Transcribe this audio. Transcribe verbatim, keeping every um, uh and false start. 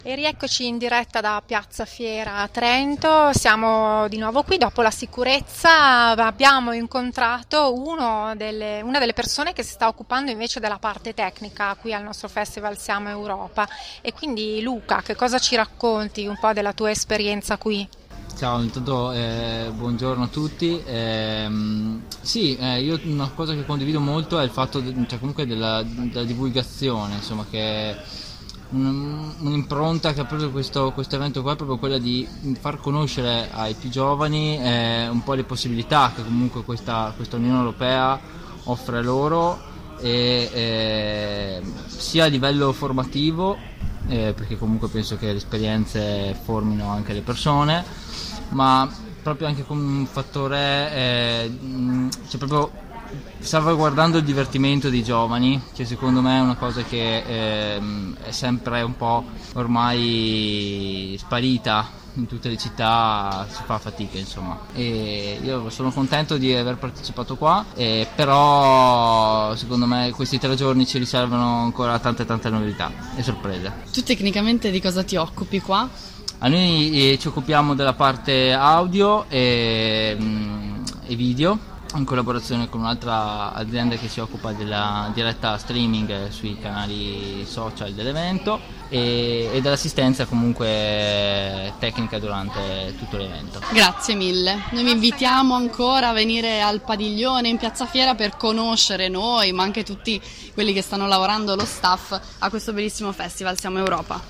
E rieccoci in diretta da Piazza Fiera a Trento, siamo di nuovo qui dopo la sicurezza, abbiamo incontrato uno delle- una delle persone che si sta occupando invece della parte tecnica qui al nostro festival Siamo Europa e quindi Luca, che cosa ci racconti un po' della tua esperienza qui? Ciao, intanto eh, buongiorno a tutti. Ehm, sì, eh, io una cosa che condivido molto è il fatto de- cioè comunque della, della divulgazione, insomma, che un- un'impronta che ha preso questo, questo evento qua è proprio quella di far conoscere ai più giovani eh, un po' le possibilità che comunque questa, questa Unione Europea offre loro, e, eh, sia a livello formativo, eh, perché comunque penso che le esperienze formino anche le persone, ma proprio anche come un fattore, eh, mh, cioè proprio salvaguardando il divertimento dei giovani, che secondo me è una cosa che ehm, è sempre un po' ormai sparita in tutte le città, si fa fatica insomma. E io sono contento di aver partecipato qua, eh, però secondo me questi tre giorni ci riservano ancora tante tante novità e sorprese. Tu tecnicamente di cosa ti occupi qua? A noi eh, ci occupiamo della parte audio e, mm, e video, in collaborazione con un'altra azienda che si occupa della diretta streaming sui canali social dell'evento, e, e dell'assistenza comunque tecnica durante tutto l'evento. Grazie mille. Noi vi invitiamo ancora a venire al padiglione in Piazza Fiera per conoscere noi, ma anche tutti quelli che stanno lavorando, lo staff, a questo bellissimo festival Siamo Europa.